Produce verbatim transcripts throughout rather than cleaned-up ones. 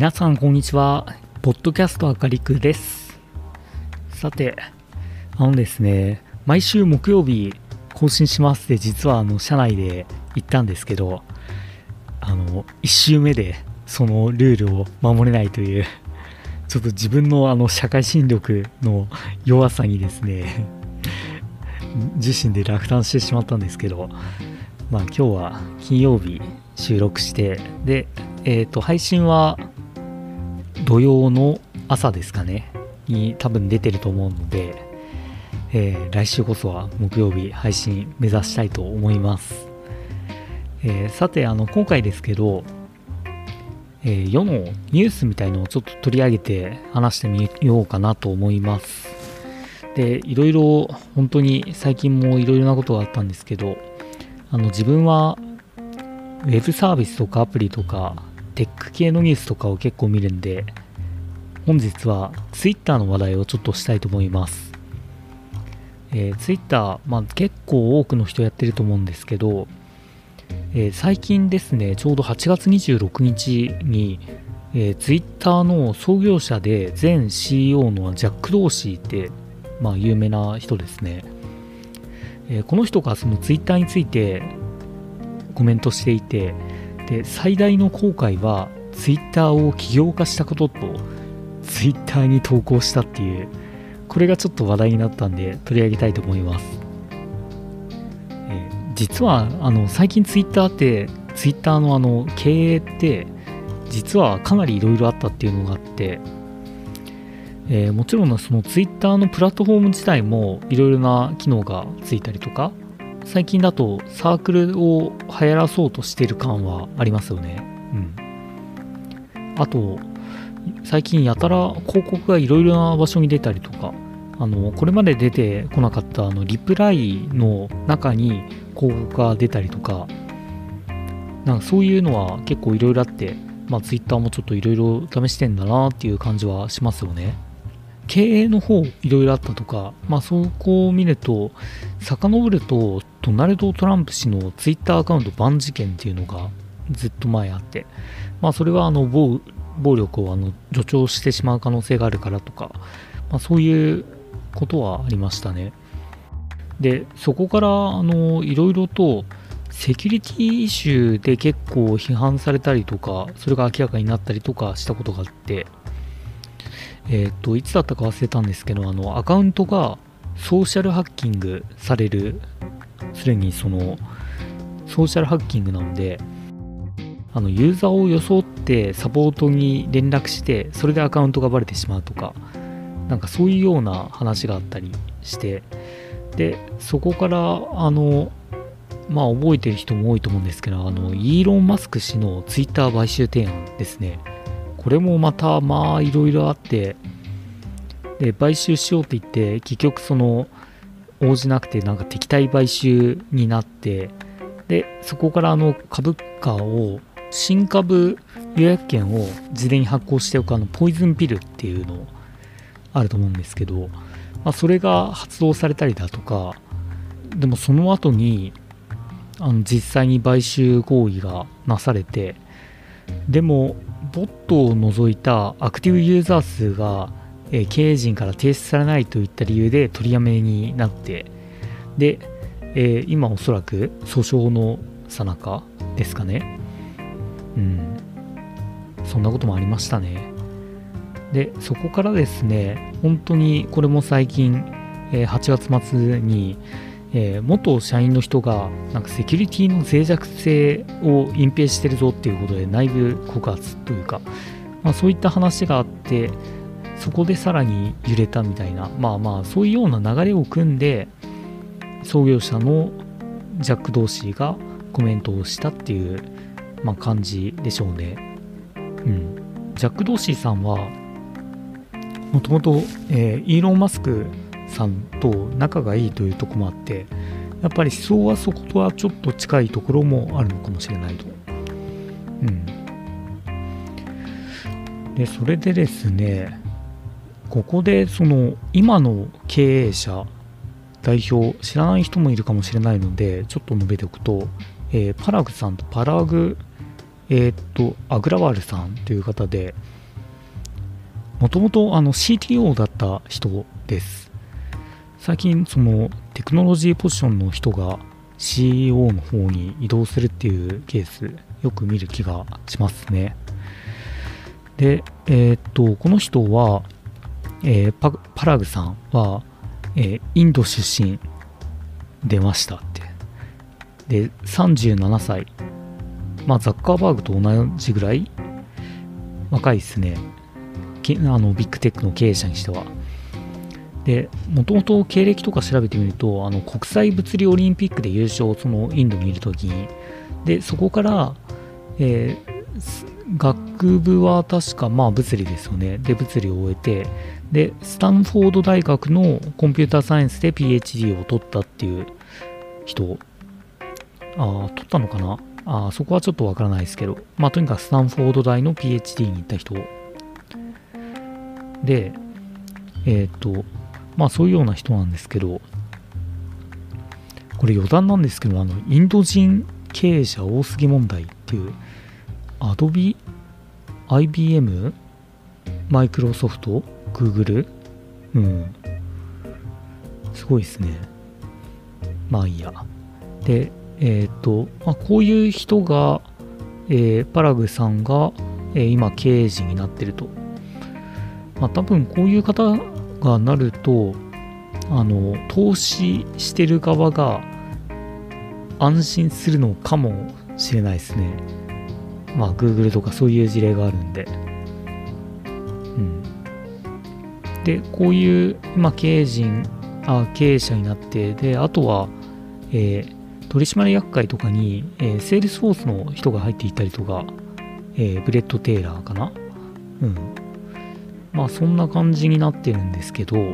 皆さんこんにちは。ポッドキャストあかりくです。さて、あのですね、毎週木曜日更新しますって実はあの社内で言ったんですけど、あのいち週目でそのルールを守れないというちょっと自分のあの社会心力の弱さにですね自身で落胆してしまったんですけど、まあ今日は金曜日収録してで、えーと配信は土曜の朝ですかねに多分出てると思うので、えー、来週こそは木曜日配信目指したいと思います。えー、さてあの今回ですけど、えー、世のニュースみたいのをちょっと取り上げて話してみようかなと思います。でいろいろ本当に最近もいろいろなことがあったんですけど、あの自分はウェブサービスとかアプリとかテック系のニュースとかを結構見るんで、本日は Twitter の話題をちょっとしたいと思います。えー、Twitter、まあ、結構多くの人やってると思うんですけど、えー、最近ですね、ちょうどはちがつにじゅうろくにちに、えー、Twitter の創業者で前 シーイーオー のジャック・ドーシーって、まあ、有名な人ですね。えー、この人がその Twitter についてコメントしていて、で最大の後悔はツイッターを起業化したこととツイッターに投稿したっていう、これがちょっと話題になったんで取り上げたいと思います。えー、実はあの最近ツイッターってツイッターのあの経営って実はかなりいろいろあったっていうのがあって、えー、もちろんそのツイッターのプラットフォーム自体もいろいろな機能がついたりとか、最近だとサークルを流行らそうとしてる感はありますよね。うん。あと最近やたら広告がいろいろな場所に出たりとか、あのこれまで出てこなかったあのリプライの中に広告が出たりとか、なんかそういうのは結構いろいろあって、まあツイッターもちょっといろいろ試してんだなっていう感じはしますよね。経営の方いろいろあったとか、まあそこを見ると遡るとドナルド・トランプ氏のツイッターアカウントバン事件っていうのがずっと前あって、まあそれはあの 暴, 暴力をあの助長してしまう可能性があるからとか、まあ、そういうことはありましたね。でそこからあのいろいろとセキュリティイシューで結構批判されたりとか、それが明らかになったりとかしたことがあって、えっといつだったか忘れたんですけど、あのアカウントがソーシャルハッキングされる、すでにそのソーシャルハッキングなので、あのユーザーを装ってサポートに連絡して、それでアカウントがバレてしまうとか、なんかそういうような話があったりして、でそこからあのまあ覚えてる人も多いと思うんですけど、あのイーロン・マスク氏のツイッター買収提案ですね。これもまたまあいろいろあって、で買収しようって言って結局その応じなくて、なんか敵対買収になって、でそこからあの株価を新株予約権を事前に発行しておくあのポイズンピルっていうのあると思うんですけど、まあ、それが発動されたりだとか、でもその後にあの実際に買収合意がなされて、でもボットを除いたアクティブユーザー数が、えー、経営陣から提出されないといった理由で取りやめになって、で、えー、今おそらく訴訟の最中ですかね。うん、そんなこともありましたね。でそこからですね、本当にこれも最近、えー、はちがつ末に、えー、元社員の人がなんかセキュリティの脆弱性を隠蔽してるぞっていうことで内部告発というか、まあ、そういった話があって、そこでさらに揺れたみたいな、まあまあそういうような流れを組んで創業者のジャック・ドーシーがコメントをしたっていう、まあ、感じでしょうね。うん、ジャック・ドーシーさんはもともとイーロン・マスクさんと仲がいいというところもあって、やっぱり思想はそことはちょっと近いところもあるのかもしれないと。うん、でそれでですね、ここでその今の経営者代表、知らない人もいるかもしれないのでちょっと述べておくと、えー、パラグさんとパラグ、 えーっと、アグラワールさんという方で、もともとあの シーティーオー だった人です。最近、そのテクノロジーポジションの人が シーイーオー の方に移動するっていうケース、よく見る気がしますね。で、えーっと、この人は、えー、パ, パラグさんは、えー、インド出身出ましたって。で、さんじゅうななさい。まあ、ザッカーバーグと同じぐらい若いですね。あのビッグテックの経営者にしては。で、もともと経歴とか調べてみると、あの国際物理オリンピックで優勝、そのインドにいるときに、で、そこから、えー、学部は確か、まあ物理ですよね。で、物理を終えて、で、スタンフォード大学のコンピューターサイエンスで ピーエイチディー を取ったっていう人、ああ、取ったのかなあ、そこはちょっとわからないですけど、まあとにかくスタンフォード大の ピーエイチディー に行った人で、えっと、まあそういうような人なんですけど、これ余談なんですけど、あの、インド人経営者多すぎ問題っていう、アドビ、アイビーエム、マイクロソフト、グーグル、うん、すごいですね。まあいいや。で、えっと、まあ、こういう人が、えー、パラグさんが、えー、今経営陣になってると。まあ多分こういう方がなると、あの、投資してる側が安心するのかもしれないですね。まあ Google とかそういう事例があるんで。うん。で、こういう今経営陣、あ、経営者になって、で、あとは、えー取締役会とかに、えー、セールスフォースの人が入っていたりとか、えー、ブレッド・テイラーかな、うん、まあそんな感じになってるんですけど、うん、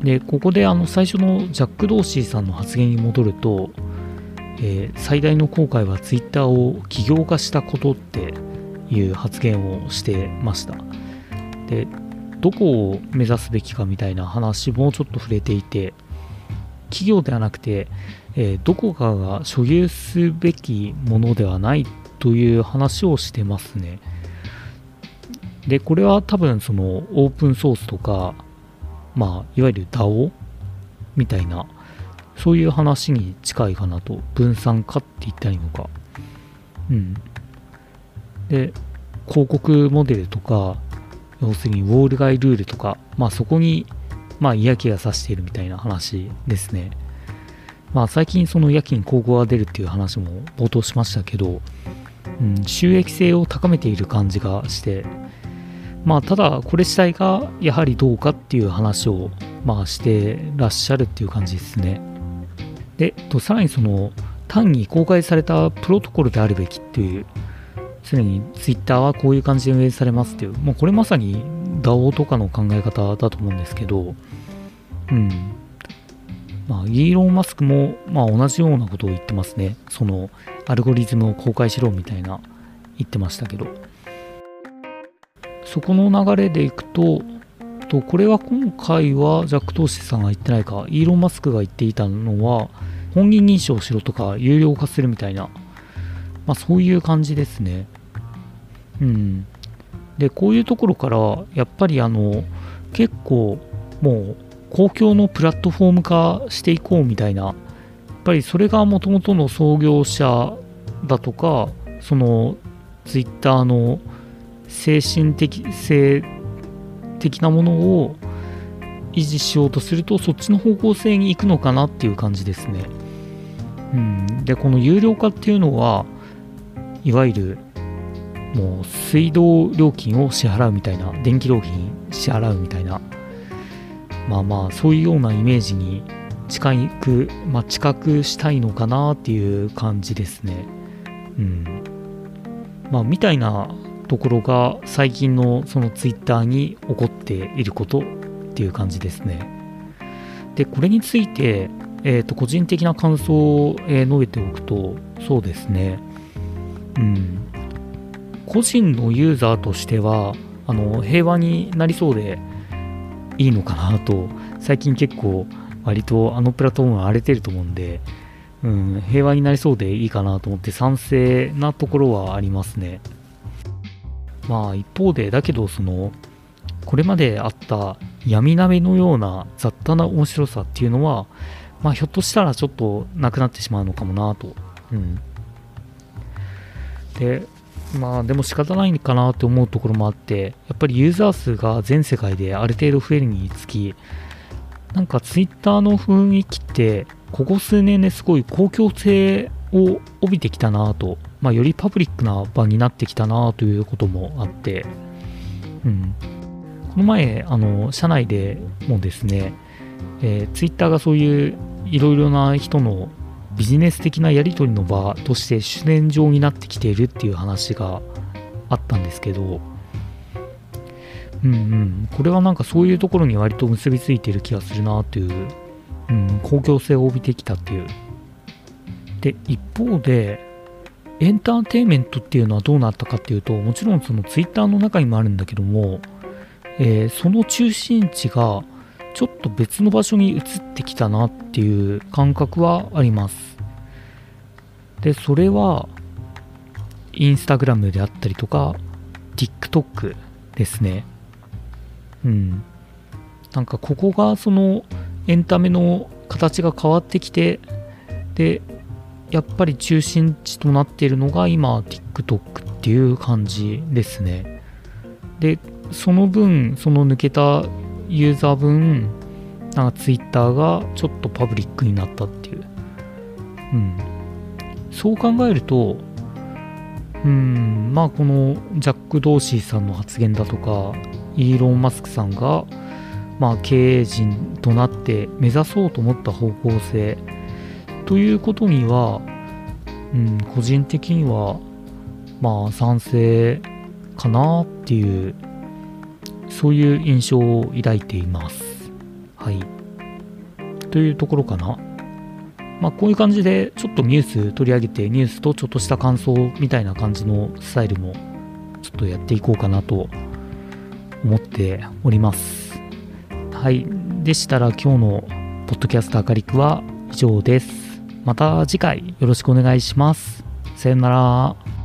でここであの最初のジャック・ドーシーさんの発言に戻ると、えー、最大の後悔はツイッターを起業化したことっていう発言をしてました。で、どこを目指すべきかみたいな話もちょっと触れていて、企業ではなくて、えー、どこかが所有すべきものではないという話をしてますね。で、これは多分そのオープンソースとか、まあ、いわゆる ダオ みたいな、そういう話に近いかなと。分散化って言ったらいいのか。うん。で、広告モデルとか、要するにウォール街ルールとか、まあそこにまあ嫌気がさしているみたいな話ですね。まあ最近その夜勤広告が出るっていう話も冒頭しましたけど、うん、収益性を高めている感じがして、まあただこれ自体がやはりどうかっていう話をまあしてらっしゃるっていう感じですね。で、とさらにその単に公開されたプロトコルであるべきっていう、常にツイッターはこういう感じで運営されますっていう、もうこれまさに ダオ とかの考え方だと思うんですけど、うん。まあ、イーロン・マスクも、まあ、同じようなことを言ってますね。その、アルゴリズムを公開しろみたいな言ってましたけど。そこの流れでいくと、とこれは今回はジャック・トーシーさんが言ってないか、イーロン・マスクが言っていたのは、本人認証しろとか、有料化するみたいな、まあ、そういう感じですね。うん。で、こういうところから、やっぱりあの、結構、もう、公共のプラットフォーム化していこうみたいな、やっぱりそれがもともとの創業者だとか、そのツイッターの精神的性的なものを維持しようとすると、そっちの方向性に行くのかなっていう感じですね。うん、で、この有料化っていうのは、いわゆるもう水道料金を支払うみたいな、電気料金支払うみたいな、まあまあそういうようなイメージに近く、まあ、近くしたいのかなっていう感じですね。うん。まあみたいなところが最近のそのツイッターに起こっていることっていう感じですね。で、これについて、えーと、個人的な感想を、えー、述べておくと、そうですね。うん。個人のユーザーとしては、あの、平和になりそうで、いいのかなと、最近結構割とあのプラットフォームは荒れてると思うんで、 うん、平和になりそうでいいかなと思って賛成なところはありますね。まあ一方でだけどそのこれまであった闇鍋のような雑多な面白さっていうのは、まあひょっとしたらちょっとなくなってしまうのかもなと。うん。で、まあでも仕方ないかなって思うところもあって、やっぱりユーザー数が全世界である程度増えるにつき、なんかツイッターの雰囲気ってここ数年ですごい公共性を帯びてきたなと、まあ、よりパブリックな場になってきたなということもあって、うん、この前あの社内でもですね、えー、ツイッターがそういういろいろな人のビジネス的なやり取りの場として主戦場になってきているっていう話があったんですけど、うんうん、これはなんかそういうところに割と結びついている気がするなという、うん、公共性を帯びてきたっていう。で、一方で、エンターテインメントっていうのはどうなったかっていうと、もちろんそのツイッターの中にもあるんだけども、えー、その中心地がちょっと別の場所に移ってきたなっていう感覚はあります。で、それは、インスタグラムであったりとか、TikTok ですね。うん。なんかここがそのエンタメの形が変わってきて、で、やっぱり中心地となっているのが今 TikTok っていう感じですね。で、その分、その抜けたユーザー分、なんか Twitter がちょっとパブリックになったっていう。うん。そう考えると、うん、まあこのジャック・ドーシーさんの発言だとか、イーロン・マスクさんが、まあ、経営陣となって目指そうと思った方向性ということには、うん、個人的にはまあ賛成かなっていう、そういう印象を抱いています。はい。というところかな。まあこういう感じでちょっとニュース取り上げて、ニュースとちょっとした感想みたいな感じのスタイルもちょっとやっていこうかなと思っております。はい。でしたら今日のポッドキャストアカリクは以上です。また次回よろしくお願いします。さよなら。